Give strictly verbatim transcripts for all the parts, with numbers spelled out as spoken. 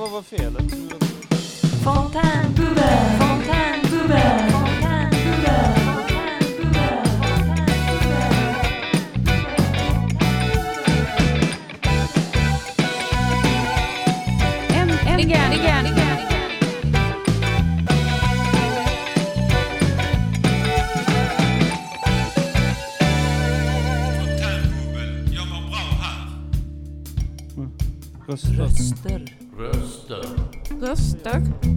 vad var felet? Fontänbubbe, fontänbubbe, fontänbubbe. Äntligen, igen, igen. Fontänbubbel, jag mår bra här. Röster. Röster. Röster. Röster.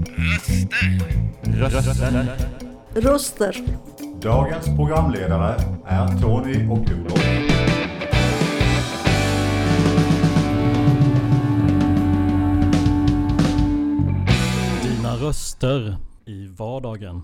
Röster. Röster. Dagens programledare är Tony och Olof. Dina röster i vardagen.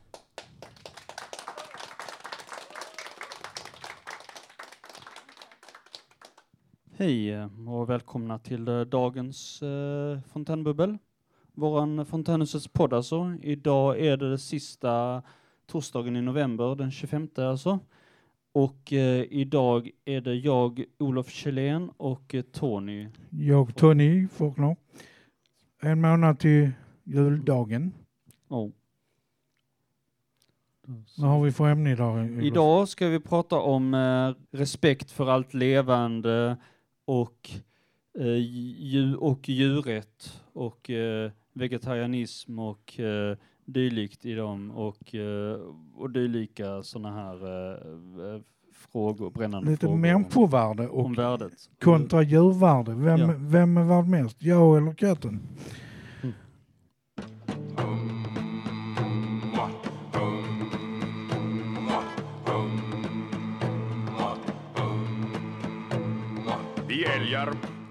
Hej och välkomna till eh, dagens eh, Fontänbubbel. Våran Fontänhusets podd alltså. Idag är det, det sista torsdagen i november, den tjugofemte alltså. Och eh, idag är det jag, Olof Kjellén och eh, Tony. Jag, Tony Faulkner. En månad till juldagen. Oh. Vad har vi för ämne idag? Idag ska vi prata om eh, respekt för allt levande och, eh, dju- och djurrätt och eh, vegetarianism och eh, dylikt i dem och, eh, och dylika sådana här eh, frågor, brännande Lite frågor människovärde om, om och värdet. kontra djurvärde. Vem, Ja. vem är värd mest? Jag eller katten? Vi älgar.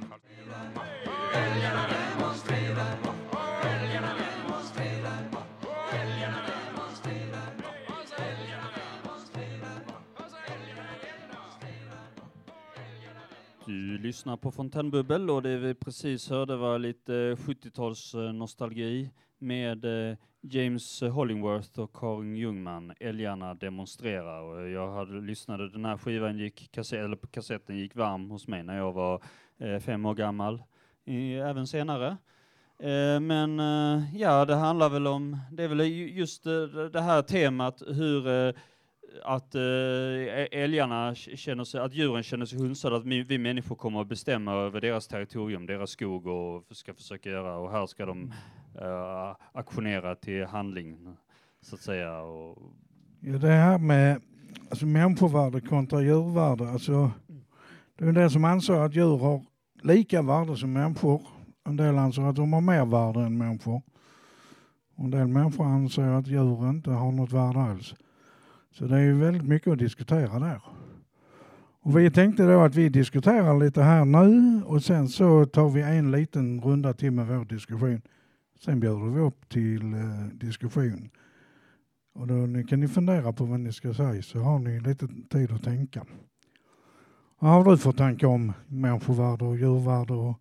Du lyssnar på Fontänbubbel och det vi precis hörde var lite sjuttio-tals nostalgi med eh, James Hollingworth och Karin Ljungman. Älgarna demonstrerar. Och jag hade lyssnade, den här skivan gick, kassett, eller kassetten gick varm hos mig när jag var eh, fem år gammal. I, även senare. Eh, men eh, ja, det handlar väl om, det är väl just eh, det här temat hur eh, att eh, älgarna känner sig, att djuren känner sig hunsade, att vi, vi människor kommer att bestämma över deras territorium, deras skog och ska försöka göra, och här ska de uh, aktionera till handling så att säga. Och Ja, det här med alltså, människovärde kontra djurvärde. Alltså, det är en del som anser att djur har lika värde som människor. En del anser att de har mer värde än människor. Och en del människor anser att djur inte har något värde alls. Så det är ju väldigt mycket att diskutera där. Och vi tänkte då att vi diskuterar lite här nu och sen så tar vi en liten runda till med vår diskussion. Sen bjuder vi upp till eh, diskussion. Och då ni, kan ni fundera på vad ni ska säga så har ni lite tid att tänka. Vad har du för tankar om människovärde och djurvärde? Och...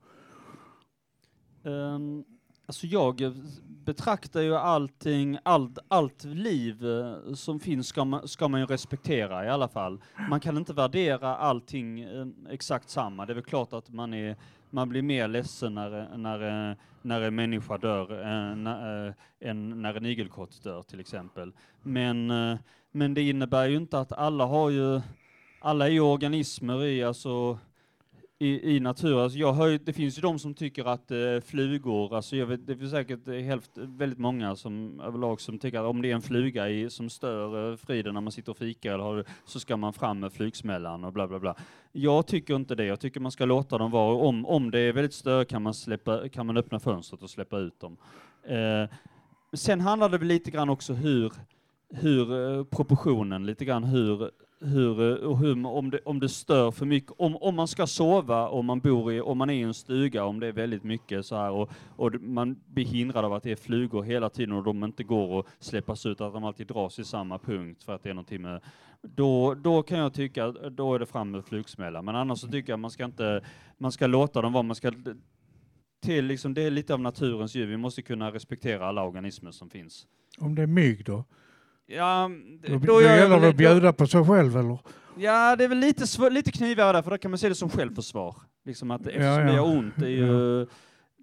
Um, alltså jag betraktar ju allting, allt, allt liv eh, som finns ska man, ska man ju respektera i alla fall. Man kan inte värdera allting eh, exakt samma. Det är väl klart att man, är, man blir mer ledsen när, när, eh, när en människa dör eh, när, eh, än när en igelkott dör till exempel. Men, eh, men det innebär ju inte att alla har ju, alla är ju organismer i, alltså I, i natur. Alltså jag hör, det finns ju de som tycker att eh, flugor, alltså jag vet, det finns säkert helt, väldigt många som överlag som tycker att om det är en fluga i, som stör eh, friden när man sitter och fikar eller har, så ska man fram med flugsmällan och bla bla bla. Jag tycker inte det. Jag tycker man ska låta dem vara. Om, om det är väldigt stör kan man, släppa, kan man öppna fönstret och släppa ut dem. Eh, sen handlar det väl lite grann också hur, hur eh, proportionen, lite grann hur Hur, och hur, om, det, om det stör för mycket, om, om man ska sova, om man bor i, om man är i en stuga, om det är väldigt mycket så här och, och man blir hindrad av att det är flugor hela tiden och de inte går att släppas ut, att de alltid dras i samma punkt för att det är någonting med, då, då kan jag tycka, då är det fram med flugsmällar. Men annars så tycker jag man ska inte, man ska låta dem vara, man ska till liksom, det är lite av naturens djur, vi måste kunna respektera alla organismer som finns. Om det är mygg då? Ja, då, då då gäller det att då, bjuda på sig själv eller? Ja, det är väl lite, sv- lite knivigare där, för då kan man se det som självförsvar. Liksom att eftersom ja, ja. det gör ont, det är ju,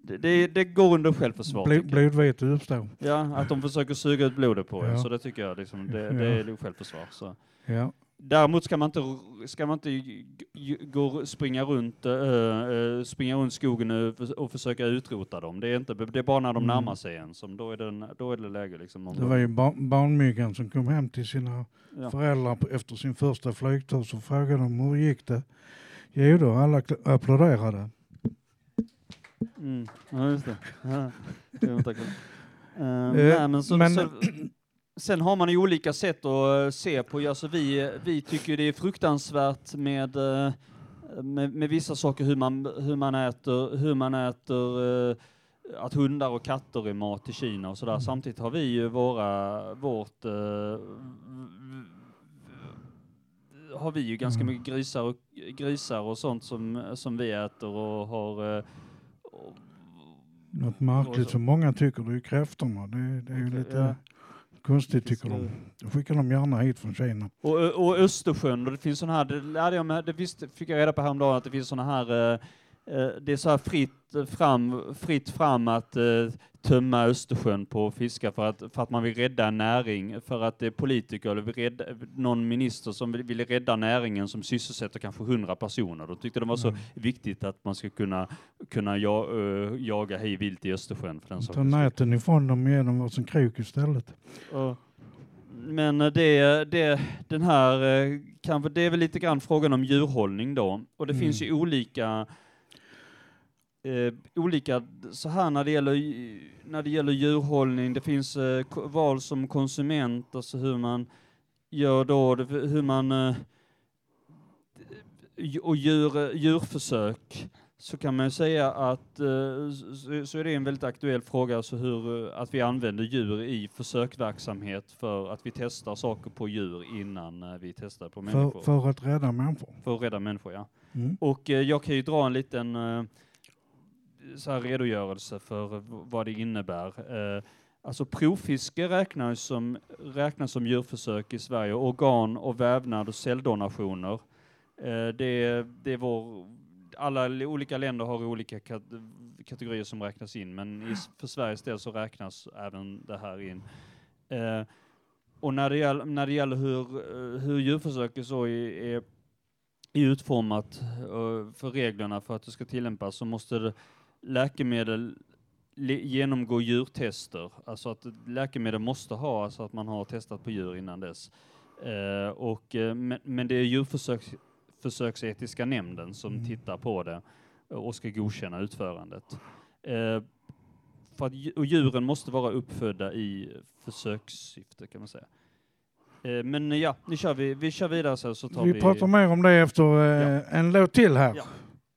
det, det, det går under självförsvar. Bl- tycker jag. blodvete uppstår. Ja, att de försöker suga ut blodet på en. Ja. Så det tycker jag liksom, det, Ja. det är nog självförsvar. Så. Ja. Däremot ska man inte, ska man inte g- g- gå, springa, runt, uh, springa runt skogen och, och försöka utrota dem. Det är, inte, det är bara när de Mm. närmar sig en som då är det, då är det läge. Liksom, om Det de- var ju bar- barnmyggan som kom hem till sina ja. föräldrar på- efter sin första flygtur, så frågade de hur gick det. Jo då, alla kl- applåderade. Mm. Ja, just det. Ja. Jo, tack. Uh, Eh, nej, men så, men- så, sen har man ju olika sätt att uh, se på. Alltså vi, vi tycker det är fruktansvärt med, uh, med, med vissa saker, hur man, hur man äter, hur man äter uh, att hundar och katter är mat i Kina och sådär. Samtidigt har vi ju våra, vårt, uh, har vi ju ganska Mm. mycket grisar och, grisar och sånt som, som vi äter och har uh, och, Något märkligt Och så- som många tycker, det är ju kräftorna. Det, det är ju Okej, lite ja. konstigt tycker Ska- de. Då skickar de gärna hit från Kina. Och, och Östersjön, och det finns såna här, det lärde jag mig, det visste, fick jag reda på häromdagen att det finns såna här, eh, eh, det är så här fritt fram, fritt fram att eh, tömma Östersjön på fiskar för att, för att man vill rädda en näring, för att det är politiker eller vill rädda, någon minister som vill, vill rädda näringen som sysselsätter kanske hundra personer. Då tyckte de var så Mm. viktigt att man ska kunna, kunna ja, uh, jaga hej vilt i Östersjön. För den Ta sakens skull. näten ifrån dem genom varsin krok istället. Ja. Men eh, det, det, den här, eh, kanske, det är väl lite grann frågan om djurhållning då. Och det Mm. finns ju olika, eh, olika så här när det gäller, när det gäller djurhållning. Det finns eh, ko- val som konsument, alltså hur man gör då, det, hur man, eh, och djur, djurförsök. Så kan man ju säga att eh, så, så är det en väldigt aktuell fråga, alltså hur eh, att vi använder djur i försöksverksamhet för att vi testar saker på djur innan eh, vi testar på För, människor. för att rädda människor. För att rädda människor, ja. Mm. Och eh, jag kan ju dra en liten eh, så här redogörelse för v- vad det innebär. Eh, alltså provfiske räknas som, räknas som djurförsök i Sverige. Organ och vävnad och celldonationer. Eh, det, det är vår, alla l- olika länder har olika kat- kategorier som räknas in, men i, s- för Sveriges del så räknas även det här in. Eh, och när det gäller, när det gäller hur, eh, hur djurförsöket så är, är är utformat uh, för reglerna för att det ska tillämpas, så måste det läkemedel le- genomgå djurtester. Alltså att läkemedel måste ha, alltså att man har testat på djur innan dess. Uh, och, uh, men, men det är djurförsöksetiska nämnden som Mm. tittar på det och ska godkänna utförandet. Uh, för att, dju- och djuren måste vara uppfödda i försökssyfte, kan man säga. Uh, men ja, nu kör vi, vi kör vidare så, så tar vi... Vi pratar mer om det efter eh, Ja. en låt till här. Ja.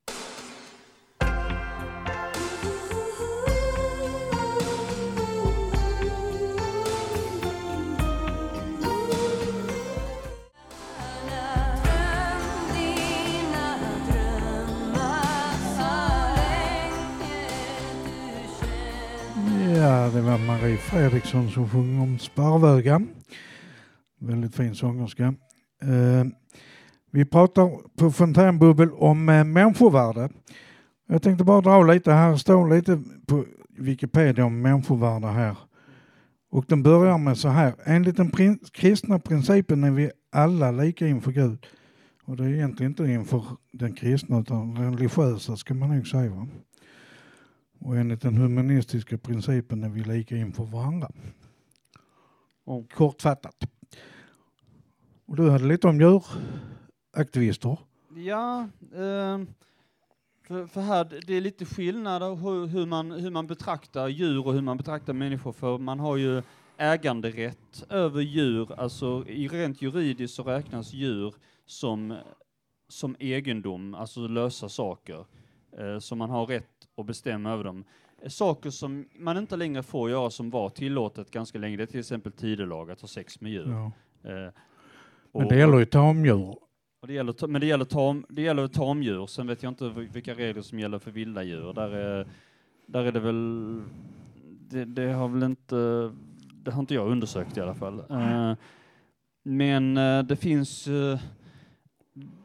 Ja, det var Marie Fredriksson som sjöng om Sparvögan. Väldigt fin sångerska. Eh, vi pratar på Fontänbubbel om eh, människovärde. Jag tänkte bara dra lite här. Det står lite på Wikipedia om människovärde här. Och den börjar med så här. Enligt den prin- kristna principen är vi alla lika inför Gud. Och det är egentligen inte inför den kristna utan religiösa, ska man nog säga, va? Och enligt den humanistiska principen är vi lika inför varandra. Oh. Kortfattat. Och du hade lite om djuraktivister. Ja, ehm, för, för här det är lite skillnad hur, hur, man, hur man betraktar djur och hur man betraktar människor. För man har ju äganderätt över djur. Alltså i rent juridiskt så räknas djur som, som egendom, alltså lösa saker. Eh, så man har rätt att bestämma över dem. Eh, saker som man inte längre får göra som var tillåtet ganska länge. Det är till exempel tidelag att ha sex med djur. Ja. Eh, Men och- det gäller ju tamdjur. och det gäller, ta- men det gäller, tam, det gäller tamdjur. Sen vet jag inte v- vilka regler som gäller för vilda djur. Där är, där är det väl... Det, det har väl inte... Det har inte jag undersökt i alla fall. Eh, men eh, det finns... eh, d-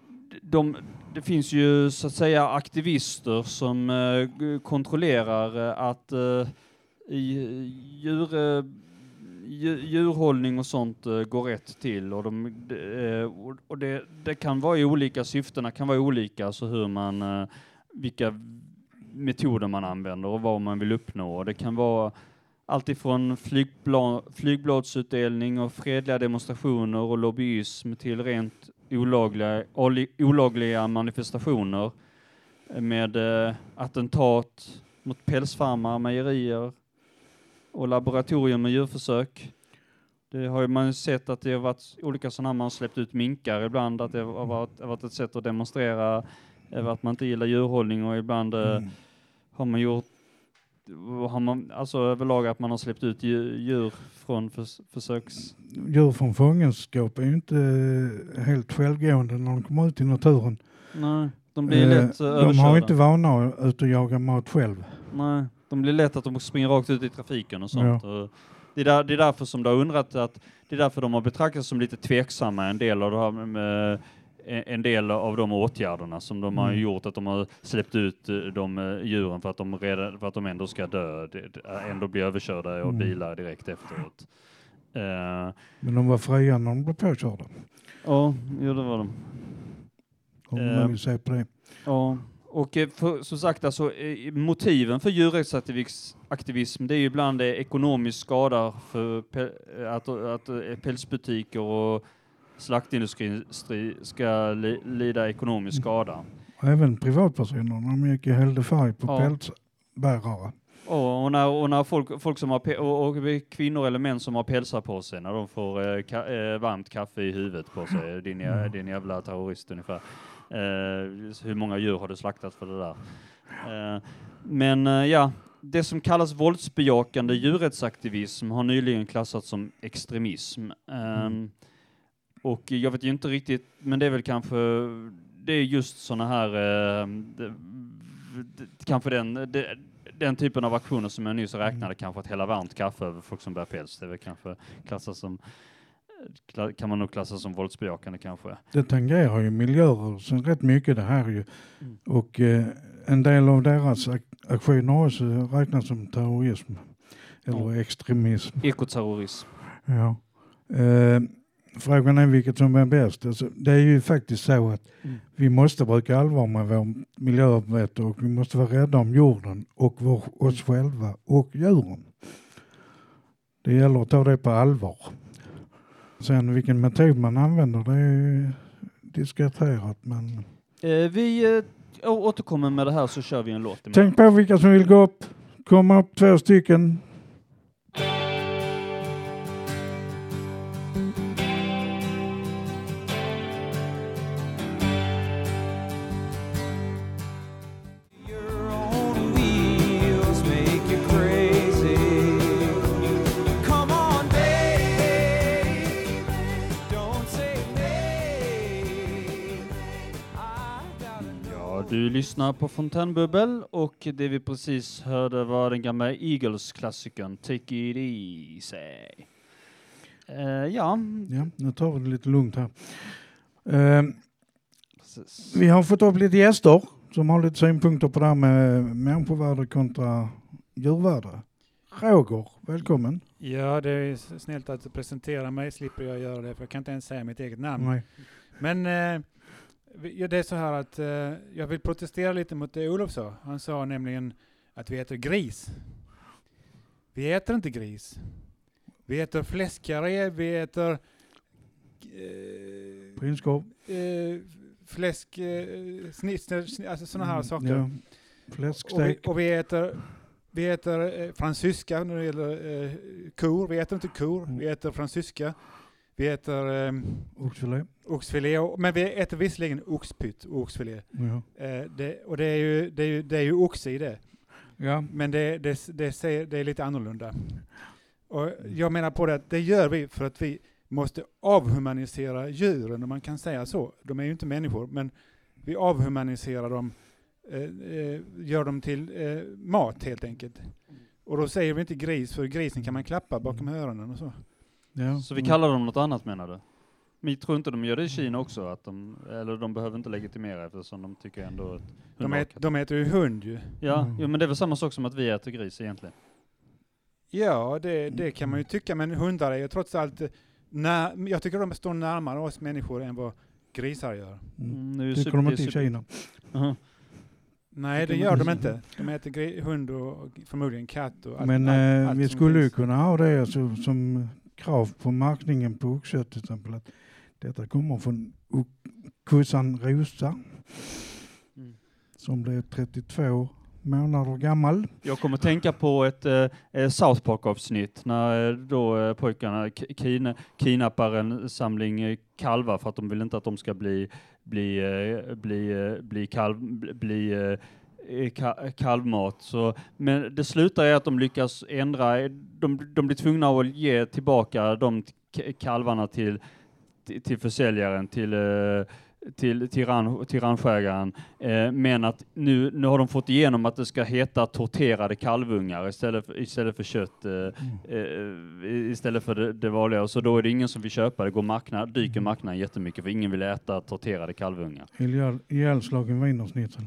de, det finns ju så att säga aktivister som uh, g- kontrollerar uh, att uh, i, djur, uh, djur, djurhållning och sånt uh, går rätt till. Och, de, uh, och, och det, det kan vara i olika syftena, kan vara olika, alltså hur man, uh, vilka metoder man använder och vad man vill uppnå. Det kan vara allt ifrån flygbla, flygbladsutdelning och fredliga demonstrationer och lobbyism till rent olagliga, olagliga manifestationer med eh, attentat mot pälsfarmar, mejerier och laboratorium med djurförsök. Det har ju man sett att det har varit olika sådana, man har släppt ut minkar ibland, att det har varit, har varit ett sätt att demonstrera att man inte gillar djurhållning, och ibland eh, mm. har man gjort har man, alltså överlag att man har släppt ut djur, djur från förs- försöks... Djur från fångenskap är ju inte helt självgående när de kommer ut i naturen. Nej, de blir lätt eh, överkörda. De har inte vana ut att jaga mat själv. Nej, de blir lätt att de springer rakt ut i trafiken och sånt. Ja. Och det, är där, det är därför som det har undrat att det är därför de har betraktats som lite tveksamma en del av det här med, en del av de åtgärderna som de mm. har gjort, att de har släppt ut de djuren för att de, redan, för att de ändå ska dö, ändå bli överkörda av mm. bilar direkt efteråt. Uh, Men de var fria när de blev påkörda. Ja, ja det var de. Om uh, man vill säga på det. Ja, och för, som sagt, alltså, motiven för djurrättsaktivism, det är ju ibland ekonomisk skada för pe- att, att pälsbutiker och slaktindustrin ska li, lida ekonomisk skada. Och även privatpersoner, de gick i hällde färg på ja. pälsbärare. Oh, och när, och när folk, folk som har pe- och, och kvinnor eller män som har pälsar på sig, när de får eh, ka- eh, varmt kaffe i huvudet på sig, din, mm. din jävla terrorist ungefär. Eh, hur många djur har du slaktat för det där? Eh, men eh, ja, det som kallas våldsbejakande djurrättsaktivism har nyligen klassats som extremism. Eh, mm. Och jag vet ju inte riktigt, men det är väl kanske, det är just såna här, eh, det, det, kanske den, det, den typen av aktioner som jag nyss räknade, mm. kanske att hälla varmt kaffe över folk som bär päls. Det är väl kanske klassas som, kan man nog klassa som våldsbejakande kanske. Det tangerar ju miljörörelsen rätt mycket det här ju. Mm. Och eh, en del av deras ak- aktioner också räknas som terrorism. Eller ja. extremism. Ekoterrorism. Ja. Eh, Frågan är vilket som är bäst. Alltså, det är ju faktiskt så att mm. vi måste bruka allvar med vår miljöarbete, och vi måste vara rädda om jorden och vår, oss själva och djuren. Det gäller att ta det på allvar. Sen vilken metod man använder, det är diskuterat. Men... Eh, vi eh, återkommer med det här, så kör vi en låt. Tänk på vilka som vill gå upp. Komma upp två stycken. Du lyssnar på Fontänbubbel, och det vi precis hörde var den gamla Eagles-klassikern Take It Easy. Uh, ja. ja, nu tar vi det lite lugnt här. Uh, vi har fått upp lite gäster som har lite synpunkter på det här med människovärde kontra djurvärde. Roger, välkommen. Ja, det är snällt att du presenterar mig, slipper jag göra det, för jag kan inte ens säga mitt eget namn. Nej. Men... Uh, Ja, det är så här att eh, jag vill protestera lite mot det Olof sa. Han sa nämligen att vi äter gris. Vi äter inte gris. Vi äter fläskkarré, vi äter eh, prinskorv, eh, fläsk, eh, snitsner, sn- alltså sådana här mm, saker. Ja. Fläskstek. Och vi, och vi äter, vi äter eh, fransyska när det gäller eh, kor. Vi äter inte kor, mm. vi äter fransyska. Vi äter eh, oxfilé. oxfilé, men vi äter visserligen oxpytt och oxfilé. Ja. Eh, det, och det är, ju, det, är ju, det är ju oxe i det. Ja. Men det, det, det, ser, det är lite annorlunda. Och jag menar på det att det gör vi för att vi måste avhumanisera djuren, om man kan säga så. De är ju inte människor, men vi avhumaniserar dem, eh, eh, gör dem till eh, mat helt enkelt. Och då säger vi inte gris, för grisen kan man klappa bakom öronen och så. Ja. Så vi kallar dem något annat, menar du? Men jag tror inte de gör det i Kina också, att de, eller de behöver inte legitimera eftersom de tycker ändå att De, ät, de äter ju hund ju. Ja, Mm. jo, men det är väl samma sak som att vi äter gris egentligen. Ja, det, det kan man ju tycka, men hundar är ju trots allt, när, jag tycker de står närmare oss människor än vad grisar gör. Mm. Mm, nu är Tycker super- de det är inte i super- Kina? Aha. Nej, det Tycker gör man- de inte. De äter gri- hund och förmodligen katt och allt, Men allt, eh, allt vi som skulle ju finns. kunna ha det alltså, som krav på märkningen på oxkött till exempel. Att detta kommer från o- kossan Rosa Mm. som blev trettiotvå månader gammal. Jag kommer tänka på ett eh, South Park-avsnitt när eh, då eh, pojkarna k- kina, kidnappar en samling eh, kalvar för att de vill inte att de ska bli bli eh, bli eh, bli kalv bli, bli eh, ka- kalvmat. Så, men det slutar i att de lyckas ändra, de, de blir tvungna att ge tillbaka de k- kalvarna till, till, till försäljaren, till eh, till, till, ran, till ranchägaren, eh, men att nu, nu har de fått igenom att det ska heta torterade kalvungar istället för, istället för kött, eh, Mm. eh, istället för det, det vanliga. Så då är det ingen som vill köpa, det går marknad, dyker marknaden jättemycket för ingen vill äta torterade kalvungar. Ihjäl- Ihjälslagen wienersnitzel.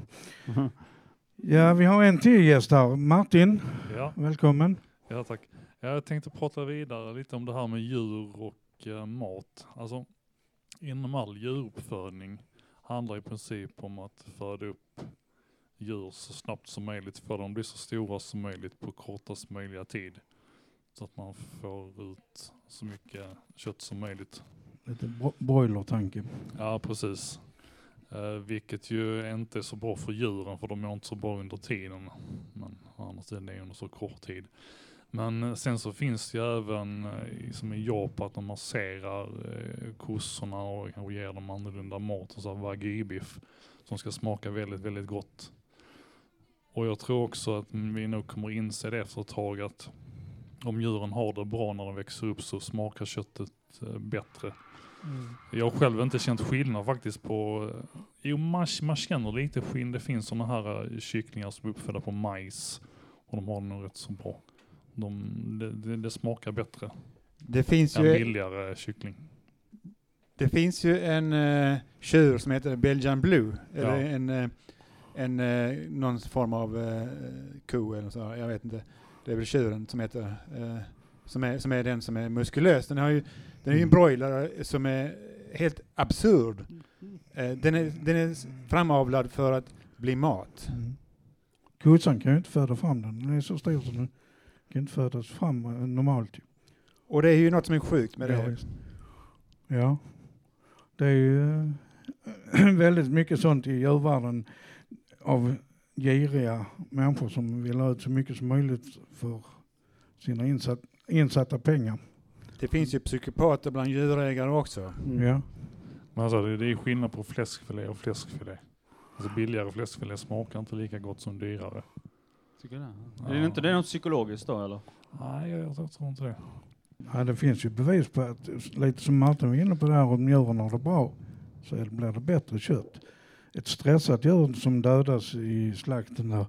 Ja, vi har en till gäst här. Martin, Ja, välkommen. ja tack. Jag tänkte prata vidare lite om det här med djur och eh, mat. Alltså, inom all djuruppfödning handlar i princip om att föda upp djur så snabbt som möjligt, för de blir så stora som möjligt på kortast möjliga tid. Så att man får ut så mycket kött som möjligt. Lite bro- broiler-tanke. Ja, precis. Eh, vilket ju inte är så bra för djuren, för de mår inte så bra under tiden. Men annars är det under så kort tid. Men eh, sen så finns det ju även eh, som i Japan att de masserar eh, kossorna och kanske ger dem annorlunda mat, och så här wagyu-biff som ska smaka väldigt, väldigt gott. Och jag tror också att vi nog kommer inse det efter ett tag, att om djuren har det bra när de växer upp så smakar köttet eh, bättre. Jag har själv inte känt skillnad faktiskt på... Jo, man, man känner lite skillnad. Det finns såna här uh, kycklingar som är uppfödda på majs. Och de har det nog rätt så bra. De, det, det, det smakar bättre. Det finns En ju, billigare kyckling. det finns ju en uh, tjur som heter Belgian Blue. Eller Ja. en, uh, en uh, någon form av uh, ko eller så. Jag vet inte. Det är väl tjuren som heter... Uh, som, är, som är den som är muskulös. Den har ju Den är ju en broiler som är helt absurd. Eh, den, är, den är framavlad för att bli mat. Mm. Kossan kan ju inte föda fram den. Den är så stor så den kan inte födas fram eh, normalt. Och det är ju något som är sjukt med Ja, det. visst. Ja, det är ju eh, väldigt mycket sånt i djurvärlden av giriga människor som vill ha ut så mycket som möjligt för sina insatt, insatta pengar. Det finns ju psykopater bland djurägare också. Ja. Men alltså, det, det är skillnad på fläskfilé och fläskfilé. Alltså billigare fläskfilé smakar inte lika gott som dyrare. Tycker det? Ja. Är det inte det något psykologiskt då, eller? Nej, jag, jag tror inte det. Ja, det finns ju bevis på att, lite som Martin var inne på där, om djuren har det bra så blir det bättre kött. Ett stressat djur som dödas i slakten där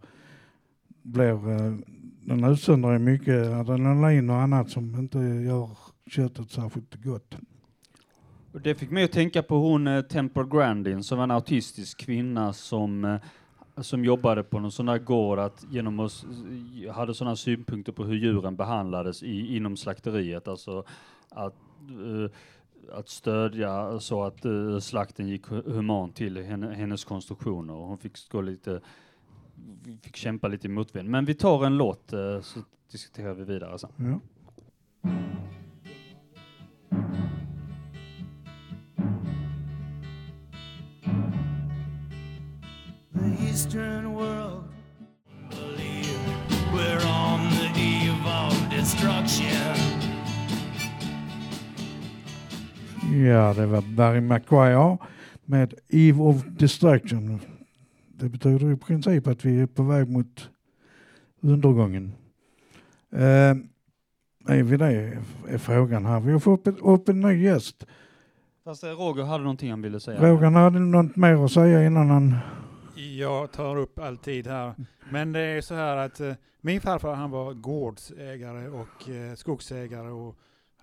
blir, eh, den utsöndrar mycket adrenalin och annat som inte gör köttet särskilt gott. Och det fick mig att tänka på hon eh, Temple Grandin som var en autistisk kvinna som eh, som jobbade på någon sån där gård att genom att s- hade sådana synpunkter på hur djuren behandlades i, inom slakteriet, alltså att eh, att stödja så att eh, slakten gick hu- humant till henne, hennes konstruktioner, och hon fick gå lite fick kämpa lite i motvind. Men vi tar en låt eh, så diskuterar vi vidare sen. Ja. The Eastern world believe we're on the eve of destruction. Ja, det var Barry McGuire med Eve of Destruction. Det betyder i princip att vi är på väg mot undergången. Eh, är vi det är frågan här. Vi har fått upp, upp en ny gäst. Fast eh, Roger hade någonting han ville säga. Roger hade något mer att säga innan han... Jag tar upp alltid här. Men det är så här att eh, min farfar, han var gårdsägare och eh, skogsägare och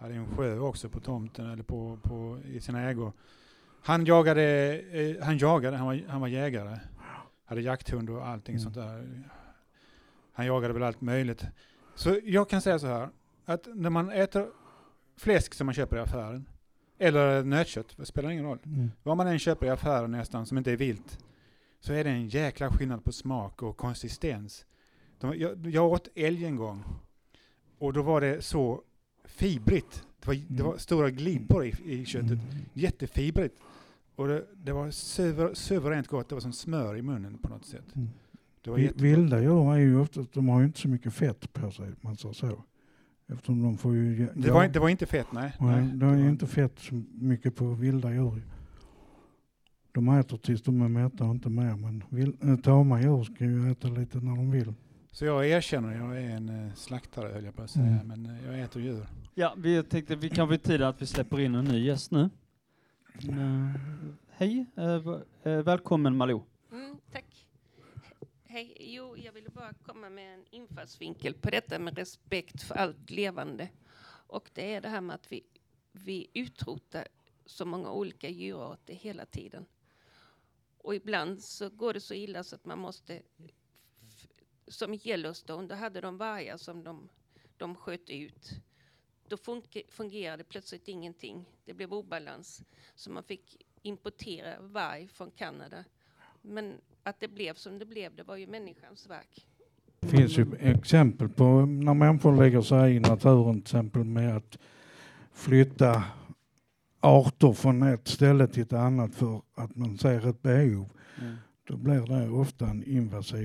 hade en sjö också på tomten eller på, på, i sina ägor. Han jagade, eh, han jagade, han var, han var jägare. Hade jakthund och allting Mm. sånt där. Han jagade väl allt möjligt. Så jag kan säga så här, att när man äter fläsk som man köper i affären, eller nötkött, det spelar ingen roll. Mm. Vad man än köper i affären nästan som inte är vilt, så är det en jäkla skillnad på smak och konsistens. De, jag, jag åt älg en gång och då var det så fibrigt. Det var, det var stora glipor i, i köttet. Mm. Jättefibrigt. Och det, det var suver, suveränt gott. Det var som smör i munnen på något sätt. Mm. Det var Vi- jättegott. Vilda djur är ju ofta, de har ju inte så mycket fett på sig, man säger så. Eftersom de får ju... Det var, det var inte fett, nej. Nej, det är var- ju inte fett så mycket på vilda djur. De äter tills de är mätta och inte mer. Men vill, äh, tama djur ska ju äta lite när de vill. Så jag erkänner, jag är en uh, slaktare höll jag på att säga. Mm. Men uh, jag äter djur. Ja, vi tänkte vi kan få tid att vi släpper in en ny gäst nu. Uh, hej, uh, v- uh, välkommen Malou. Mm, tack. Hej, jo, jag ville bara komma med en infallsvinkel på detta med respekt för allt levande. Och det är det här med att vi, vi utrotar så många olika djurarter hela tiden. Och ibland så går det så illa så att man måste, f- som i Yellowstone, då hade de vargar som de, de sköt ut. Då funke, fungerade plötsligt ingenting. Det blev obalans. Så man fick importera varg från Kanada. Men att det blev som det blev, det var ju människans verk. Det finns ju exempel på när människor lägger sig i naturen, till exempel med att flytta arter från ett ställe till ett annat för att man ser ett behov. Mm. Då blir det ofta en invasiv,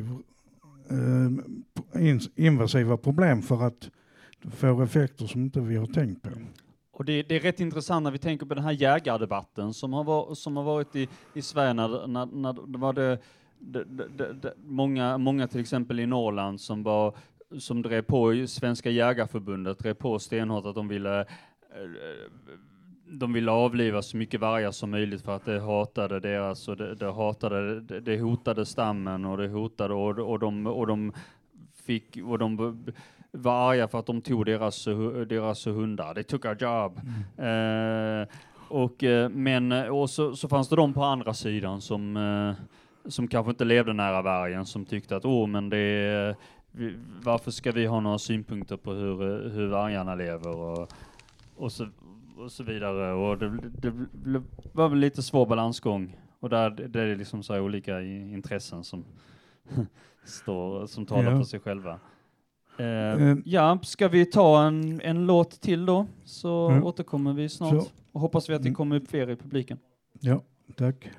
eh, invasiva problem för att det får effekter som inte vi har tänkt på. Och det, det är rätt intressant när vi tänker på den här jägardebatten som har, var, som har varit i, i Sverige när, när, när det var det, det, det, det, många, många till exempel i Norrland som var som drev på i Svenska jägarförbundet, drev på stenhårt att de ville de ville avliva så mycket vargar som möjligt för att det hatade deras och det, det hatade det, det hotade stammen och det hotade och, och de och de fick och de var arga för att de tog deras deras hundar. They took our job. Mm. Eh, och men och så, så fanns det de på andra sidan som eh, som kanske inte levde nära vargen som tyckte att åh oh, men det är, vi, varför ska vi ha några synpunkter på hur hur vargarna lever och och så och så vidare och det, det, det var väl lite svår balansgång och där det är liksom så här olika intressen som står som talar ja. för sig själva. Eh, Mm. ja, ska vi ta en, en låt till då så Mm. återkommer vi snart Så. och hoppas vi att det Mm. kommer upp fler i publiken. Ja, tack.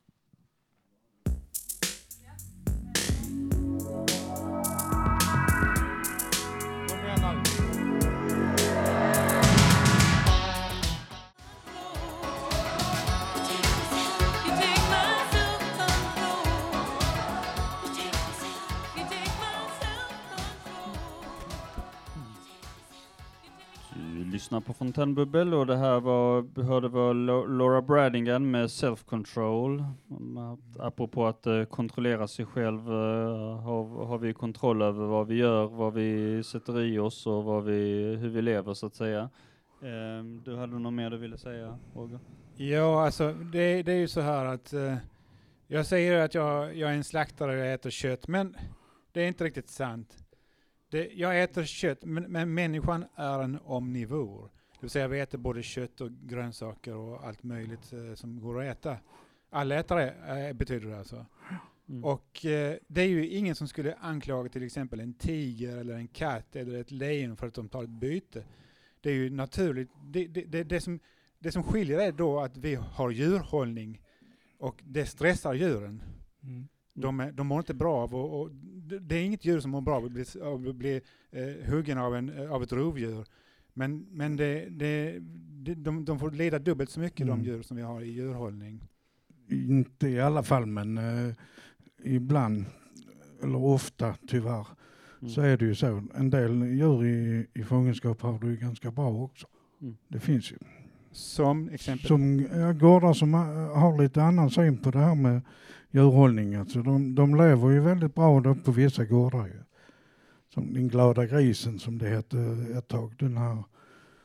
Du lyssnar på Fontänbubbel och det här var, hörde var Laura Branigan med Self-Control. Apropå att uh, kontrollera sig själv uh, har, har vi kontroll över vad vi gör, vad vi sätter i oss och vad vi, hur vi lever så att säga. Um, du hade något mer du ville säga, Roger? Ja, alltså det, det är ju så här att uh, jag säger att jag, jag är en slaktare och jag äter kött, men det är inte riktigt sant. Det, jag äter kött, men, men människan är en omnivor. Det vill säga vi äter både kött och grönsaker och allt möjligt uh, som går att äta. Allätare uh, betyder det alltså. Mm. Och uh, det är ju ingen som skulle anklaga till exempel en tiger eller en katt eller ett lejon för att de tar ett byte. Det är ju naturligt. Det, det, det, det, som, det som skiljer är då att vi har djurhållning och det stressar djuren. Mm. De, är, de mår inte bra av och, och det är inget djur som mår bra av att bli, av att bli eh, huggen av, en, av ett rovdjur. Men, men det, det, det, de, de får lida dubbelt så mycket mm. de djur som vi har i djurhållning. Inte i alla fall, men eh, ibland, eller ofta tyvärr, mm. så är det ju så. En del djur i, i fångenskap har det ju ganska bra också. Mm. Det finns ju. Som exempel? Som ja, gårdar som har lite annan syn på det här med djurhållning. Alltså de, de lever ju väldigt bra då på vissa gårdar ju. Som den glada grisen som det hette ett tag. Den här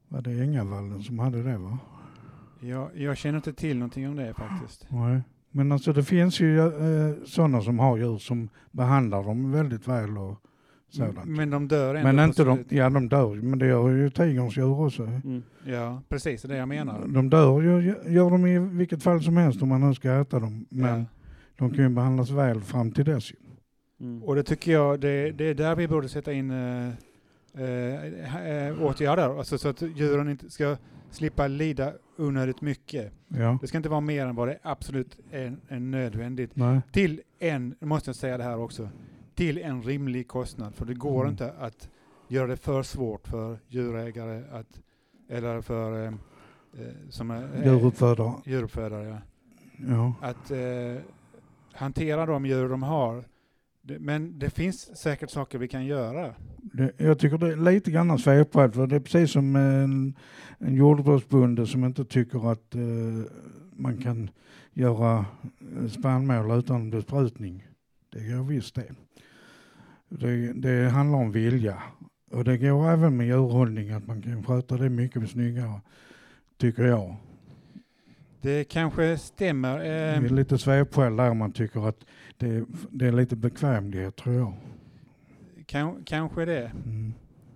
var det Ängavallen som hade det, va? Jag, jag känner inte till någonting om det faktiskt. Nej. Men alltså det finns ju eh, sådana som har djur som behandlar dem väldigt väl och sådant. Men de dör ändå. Men inte de, ja de dör men det gör ju tigerns djur också. Mm. Ja, precis, det är det jag menar. De dör ju, gör de i vilket fall som helst om man nu ska äta dem. Men Ja. de kan ju behandlas väl fram till dess. Mm. Och det tycker jag, det, det är där vi borde sätta in äh, äh, åtgärder. Alltså så att djuren inte ska slippa lida onödigt mycket. Ja. Det ska inte vara mer än vad det absolut är, är nödvändigt. Nej. Till en, måste jag säga det här också, till en rimlig kostnad. För det går Mm. inte att göra det för svårt för djurägare att, eller för eh, som är, Djuruppfödare. djuruppfödare ja. Ja. Att eh, hantera de djur de har. Det, men det finns säkert saker vi kan göra. Det, jag tycker det är lite grann sveprätt för det är precis som en, en jordbruksbonde som inte tycker att eh, man kan göra spannmål utan besprutning. Det går visst det. det. Det handlar om vilja. Och det går även med djurhållning att man kan sköta det mycket snyggare, tycker jag. Det kanske stämmer. Eh, Det är lite svepskäl där man tycker att det, det är lite bekvämlighet, tror jag. kan, kanske det. Mm.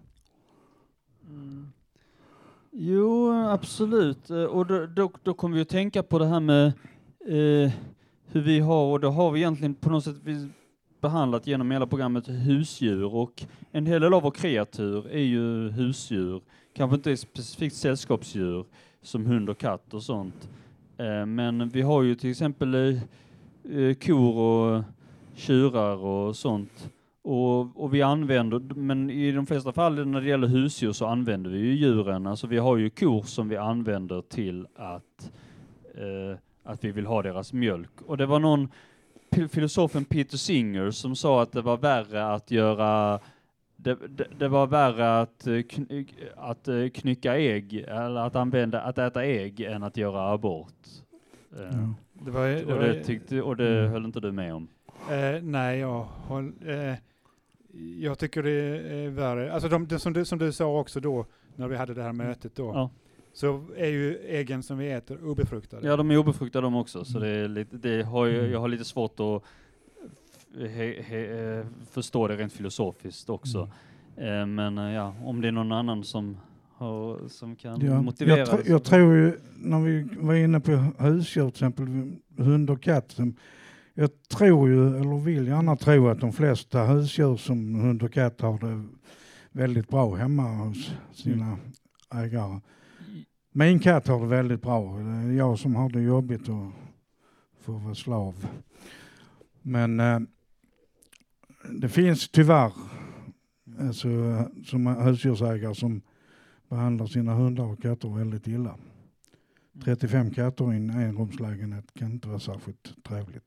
Mm. Jo, absolut. Eh, Och då, då, då kommer vi att tänka på det här med eh, hur vi har, och då har vi egentligen på något sätt vi behandlat genom hela programmet husdjur, och en hel del av vår kreatur är ju husdjur. Kanske inte specifikt sällskapsdjur som hund och katt och sånt. Eh, men vi har ju till exempel eh, kor och tjurar och sånt. Och, och vi använder, men i de flesta fall när det gäller husdjur så använder vi ju djuren. Alltså vi har ju kor som vi använder till att, eh, att vi vill ha deras mjölk. Och det var någon p- filosofen Peter Singer som sa att det var värre att göra det, det, det var värre att, kn, att knycka ägg eller att använda att äta ägg än att göra abort. Eh, Ja. Det var, det och var, det tyckte och det Mm. höll inte du med om. eh, nej, jag, håll, eh, jag tycker det är värre. Alltså de, de, som, du, som du sa också då, när vi hade det här mötet då, Ja. så är ju äggen som vi äter obefruktade. Ja, de är obefruktade de också, så det är lite, det har Mm. ju, jag har lite svårt att he, he, eh, förstå det rent filosofiskt också. Mm. Eh, men eh, ja, om det är någon annan som, har, som kan Ja, motivera jag, tr- det, så- jag tror ju, när vi var inne på husdjur, till exempel hund och katt, som, jag tror ju, eller vill gärna tro att de flesta husdjur som hund och katt har det väldigt bra hemma hos sina ägare. Min katt har det väldigt bra. Det är jag som har det jobbigt och får vara slav. Men eh, det finns tyvärr alltså, som husdjursägare som behandlar sina hundar och katter väldigt illa. trettiofem katter i en enrumslägenhet kan inte vara särskilt trevligt.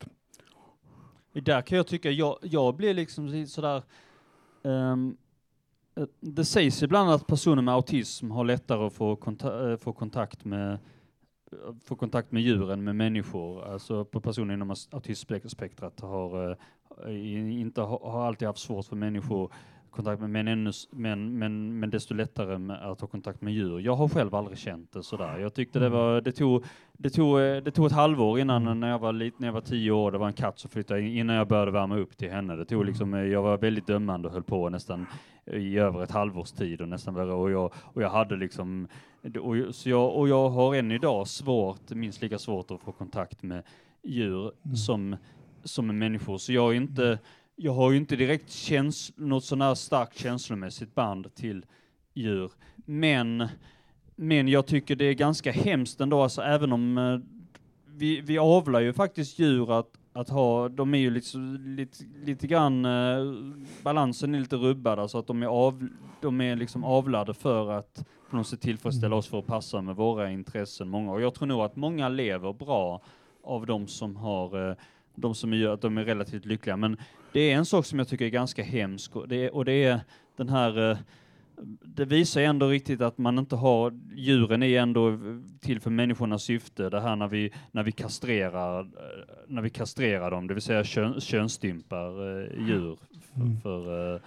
Där kan jag tycka, jag, jag blir liksom lite sådär, um, det sägs ibland att personer med autism har lättare att få, konta- äh, få kontakt med få kontakt med djuren, med människor. Alltså på personer inom autismspektrat har uh, inte ha, har alltid haft svårt för människor kontakt med, men, ännu, men, men, men desto lättare med att ha kontakt med djur. Jag har själv aldrig känt det sådär. Jag tyckte det var, det tog, det tog, det tog ett halvår innan, när jag var liten, när jag var tio år, det var en katt som flyttade in, innan jag började värma upp till henne. Det tog liksom, jag var väldigt dömande och höll på nästan i över ett halvårs tid och nästan värre, och jag, och jag hade liksom, och, så jag, och jag har än idag svårt, minst lika svårt att få kontakt med djur Mm. som, som med människor. Så jag är inte, jag har ju inte direkt käns- något sån här starkt känslomässigt band till djur. Men, men jag tycker det är ganska hemskt ändå, alltså, även om eh, vi, vi avlar ju faktiskt djur att, att ha, de är ju lite, lite, lite grann, eh, balansen är lite rubbad, alltså att de är, av, de är liksom avlade för att på något sätt tillfredsställa oss för att passa med våra intressen. Många. Och jag tror nog att många lever bra av de som har, eh, de som gör att de är relativt lyckliga. Men det är en sak som jag tycker är ganska hemsk, och det är, och det är den här, eh, det visar ändå riktigt att man inte har, djuren är ändå till för människornas syfte. Det här när vi, när vi kastrerar, när vi kastrerar dem, det vill säga kön, könsstympar eh, djur för, Mm. för, eh,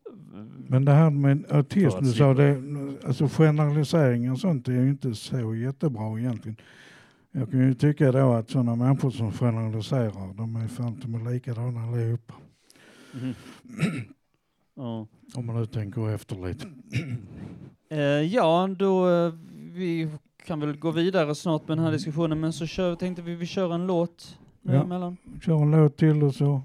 Men det här med autism, För att du sa det, alltså generaliseringar och sånt är ju inte så jättebra egentligen. Jag kan ju tycka då att sådana människor som generaliserar, de är fan inte med likadana allihopa. Mm. Ja. Om man nu tänker efter lite. Eh, ja, då eh, vi kan väl gå vidare snart med den här diskussionen, men så kör, tänkte vi vi kör en låt Ja. emellan. Kör en låt till och så.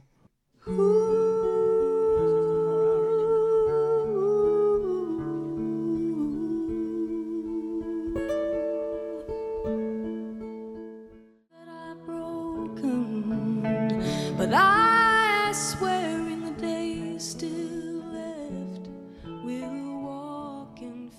But I swear in the days still left we'll walk and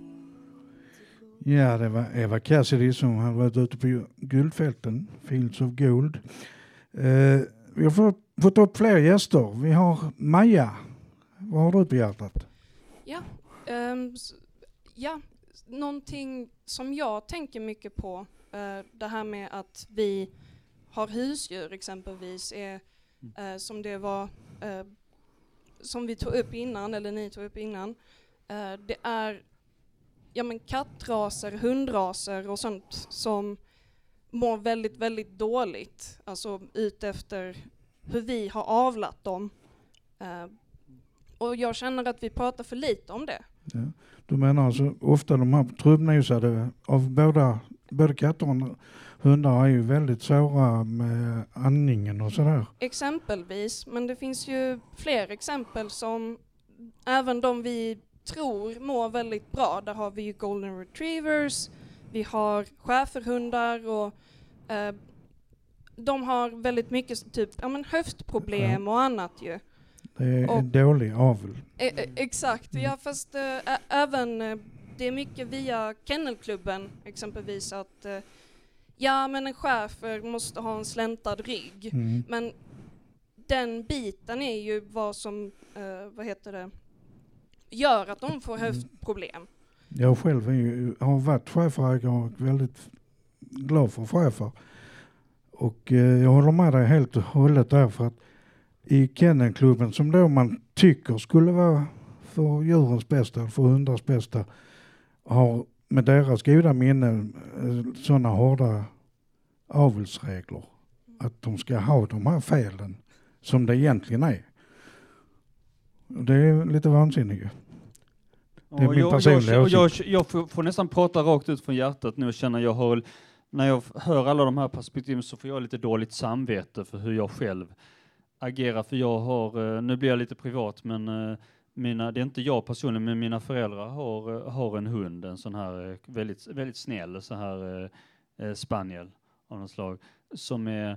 feel. Ja, det var Eva Cassidy som hade varit ute på guldfälten, Fields of Gold. Eh, vi har fått, fått upp fler gäster. Vi har Maja. Vad har du på hjärtat? Ja, um, ja, någonting som jag tänker mycket på, uh, det här med att vi har husdjur exempelvis, är uh, som det var, uh, som vi tog upp innan, eller ni tog upp innan, uh, det är ja, men kattraser, hundraser och sånt som mår väldigt, väldigt dåligt, alltså ut efter hur vi har avlat dem. Uh, och jag känner att vi pratar för lite om det. Ja. Du menar alltså ofta de här trubbnosade av båda, både katter och hundar är ju väldigt svåra med andningen och sådär. Exempelvis, men det finns ju fler exempel som även de vi tror mår väldigt bra. Där har vi ju golden retrievers, vi har schäferhundar och eh, de har väldigt mycket typ ja, men höftproblem Ja. och annat ju. Det är Och- en dålig avel. E- e- exakt, ja fast eh, ä- även eh, det är mycket via kennelklubben exempelvis att eh, ja men en schäfer måste ha en släntad rygg. Mm. Men den biten är ju vad som, eh, vad heter det, gör att de får höftproblem. Jag själv är ju, har varit schäferägare och väldigt glad för schäfer. Och eh, jag håller med dig helt och hållet där, för att i kennelklubben som då man tycker skulle vara för djurens bästa, för hundars bästa, har med deras goda minne sådana hårda avelsregler att de ska ha de här felen som det egentligen är. Och det är lite vansinnigt ju. Det är Och min jag, personliga jag, jag, åsikt. jag får, får nästan prata rakt ut från hjärtat nu och känna jag har, när jag hör alla de här perspektiven så får jag lite dåligt samvete för hur jag själv agerar. För jag har, nu blir jag lite privat, men mina, det är inte jag personligen, men mina föräldrar har, har en hund, en sån här väldigt, väldigt snäll så här eh, spaniel av något slag, som är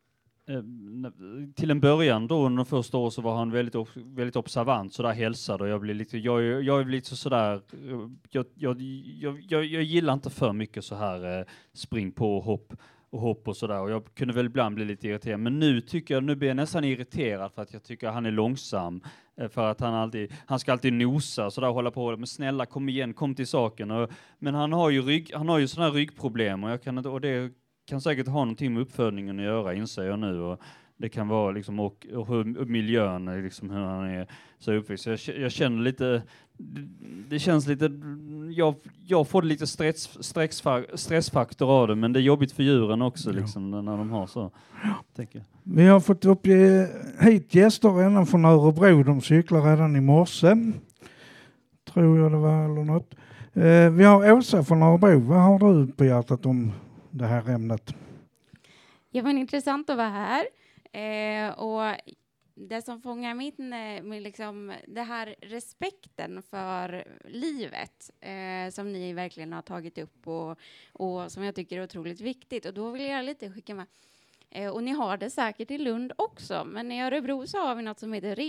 till en början då under första år så var han väldigt väldigt observant så där hälsade och jag blev lite jag jag är lite så där jag jag jag jag, jag gillar inte för mycket så här eh, spring på och hopp och hopp och så där och jag kunde väl ibland bli lite irriterad, men nu tycker jag nu blir jag nästan irriterad för att jag tycker han är långsam, eh, för att han alltid han ska alltid nosa så där och hålla på, men snälla kom igen, kom till saken, och, men han har ju rygg han har ju såna här ryggproblem och jag kan inte, och det kan säkert ha någonting med uppfödningen att göra, inser jag nu, och det kan vara liksom och, och hur och miljön liksom hur han är så uppväxt. Jag, jag känner lite det, det känns lite jag jag får lite stress stressfaktor stressfaktor av det, men det är jobbigt för djuren också Ja. liksom när de har så tänker jag. Vi har fått upp eh, hit gäster redan från Örebro. De cyklar redan i morse. Tror jag det var eller något. Eh, vi har Åsa från Örebro. Vad har du på hjärtat om det här ämnet? Ja, men intressant att vara här. Eh, och det som fångar min, min liksom, det här respekten för livet eh, som ni verkligen har tagit upp och, och som jag tycker är otroligt viktigt. Och då vill jag lite skicka med. Eh, och ni har det säkert i Lund också, men i Örebro så har vi något som heter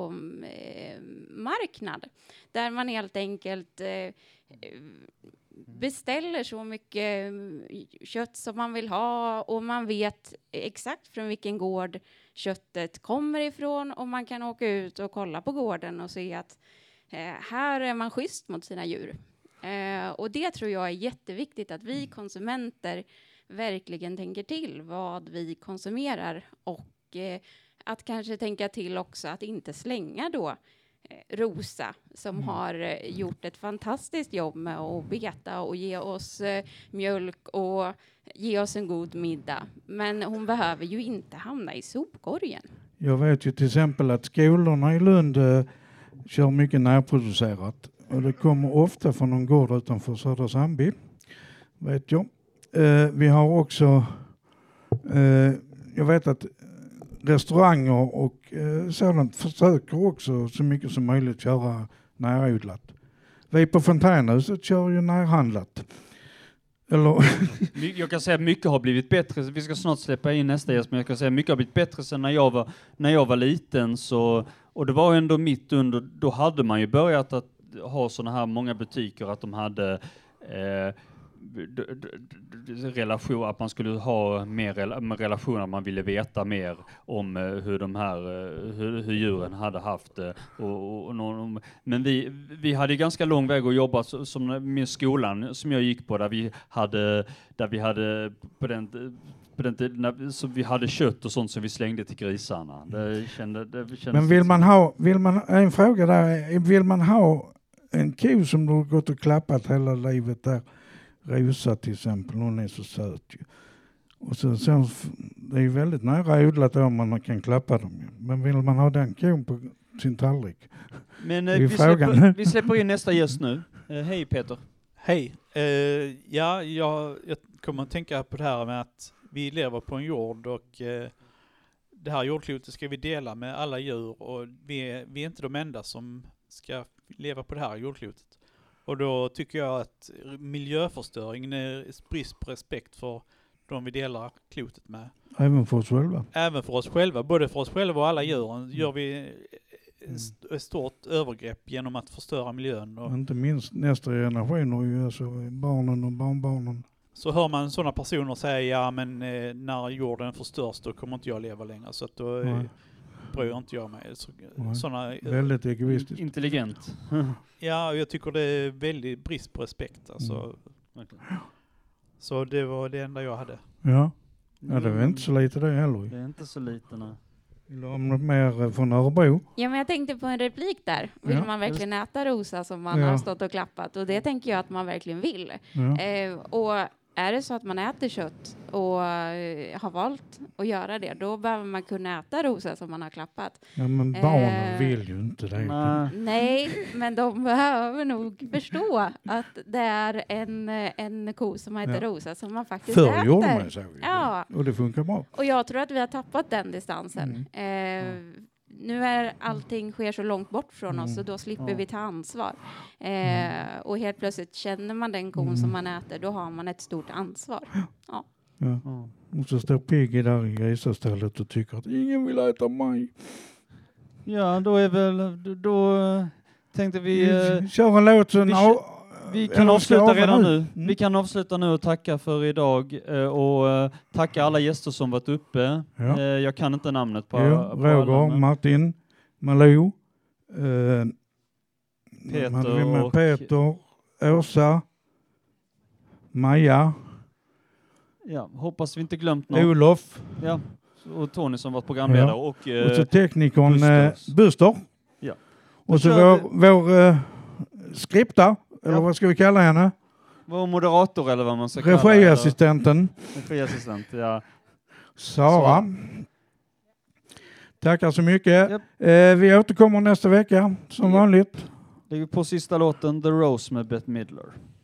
Reko-marknad. Eh, där man helt enkelt eh, beställer så mycket kött som man vill ha och man vet exakt från vilken gård köttet kommer ifrån och man kan åka ut och kolla på gården och se att eh, här är man schysst mot sina djur. Eh, och det tror jag är jätteviktigt att vi konsumenter verkligen tänker till vad vi konsumerar och eh, att kanske tänka till också att inte slänga då eh, Rosa som Mm. har eh, gjort ett fantastiskt jobb med att beta och ge oss eh, mjölk och ge oss en god middag. Men hon behöver ju inte hamna i sopkorgen. Jag vet ju till exempel att skolorna i Lund eh, kör mycket närproducerat. Och det kommer ofta från någon gård utanför Södra Sandby. Vet jag. Eh, vi har också, eh, jag vet att restauranger och eh, sådant försöker också så mycket som möjligt köra närodlat. Vi på Fontänhuset kör ju närhandlat. Eller Jag kan säga att mycket har blivit bättre. Vi ska snart släppa in nästa gäst, men jag kan säga att mycket har blivit bättre sen när jag var, när jag var liten. Så, och det var ändå mitt under, då hade man ju börjat att ha såna här många butiker att de hade eh, d- d- d- relation, att man skulle ha mer rela- relationer, man ville veta mer om eh, hur de här eh, hur, hur djuren hade haft det. Och, och, och någon, men vi, vi hade ganska lång väg att jobba så, som med skolan som jag gick på, där vi hade där vi hade på den på den tiden när, så vi hade kött och sånt som vi slängde till grisarna. Det kände, det kändes men vill man ha, vill man, en fråga där, vill man ha en ko som du har gått och klappat hela livet där, Rosa till exempel, hon är så söt ju. Och så, sen, det är ju väldigt nära odlat om man kan klappa dem ju. Men vill man ha den kon på sin tallrik? Men Det är eh, ju vi, frågan. släpper, vi släpper in nästa gäst nu. Eh, hej Peter. Hej. Eh, ja, jag, jag kommer att tänka på det här med att vi lever på en jord och eh, det här jordklotet ska vi dela med alla djur och vi är, vi är inte de enda som ska leva på det här jordklotet. Och då tycker jag att miljöförstöringen är brist på respekt för de vi delar klotet med. Även för oss själva. Även för oss själva, både för oss själva och alla djuren gör vi ett stort övergrepp genom att förstöra miljön. Och Inte minst nästa generation och ju alltså barnen och barnbarnen. så hör man sådana personer säga, ja men eh, när jorden förstörs då kommer inte jag leva längre. Så att då eh, Nej. bryr inte jag mig. Så, Nej. såna, eh, Väldigt egoistiskt. Intelligent. Ja, och jag tycker det är väldigt brist på respekt. Alltså. Mm. Så det var det enda jag hade. Ja, ja det var inte så lite det heller. Det är inte så lite, nej. Vill du ha något mer från Örebro? Ja, men jag tänkte på en replik där. Vill Ja, man verkligen äta Rosa som man Ja. har stått och klappat? Och det tänker jag att man verkligen vill. Ja. Eh, och är det så att man äter kött och eh, har valt att göra det, då behöver man kunna äta Rosa som man har klappat. Ja, men barnen Eh, vill ju inte det. Nej. Nej, men de behöver nog förstå att det är en, en ko som heter Ja. Rosa som man faktiskt Förr äter. gjorde man så. Ja, Och det funkar bra. och jag tror att vi har tappat den distansen. Mm. Eh, nu är allting sker så långt bort från Mm. oss och då slipper Ja. vi ta ansvar. Eh, och helt plötsligt känner man den kon Mm. som man äter, då har man ett stort ansvar. Ja. Ja. Ja. Och så står Piggy där i grisastället och tycker att ingen vill äta mig. Ja, då är väl, då, då eh, tänkte vi... eh, Kör en låt så vi, na- vi eller kan ska avsluta jag redan nu? nu. Mm. Vi kan avsluta nu och tacka för idag eh, och eh, tacka alla gäster som varit uppe. Ja. Eh, jag kan inte namnet på, Jo, på alla. Roger, men- Martin, Malou, eh, Peter hade vi med och- Peter, Åsa, Maja, Ja, hoppas vi inte glömt någon. Olof Ja, och Tony som var programledare. Ja. Och, och eh, så teknikern Busters. eh, Buster. Ja. Och så Då vår, kör vår eh, skripta, eller Ja. vad ska vi kalla henne? vår moderator eller vad man ska kalla det. Regiassistenten Regiassistent, ja. Sara. Tackar så mycket. Japp. Eh, vi återkommer nästa vecka som Japp. vanligt. Lägger på sista låten The Rose med Bette Midler.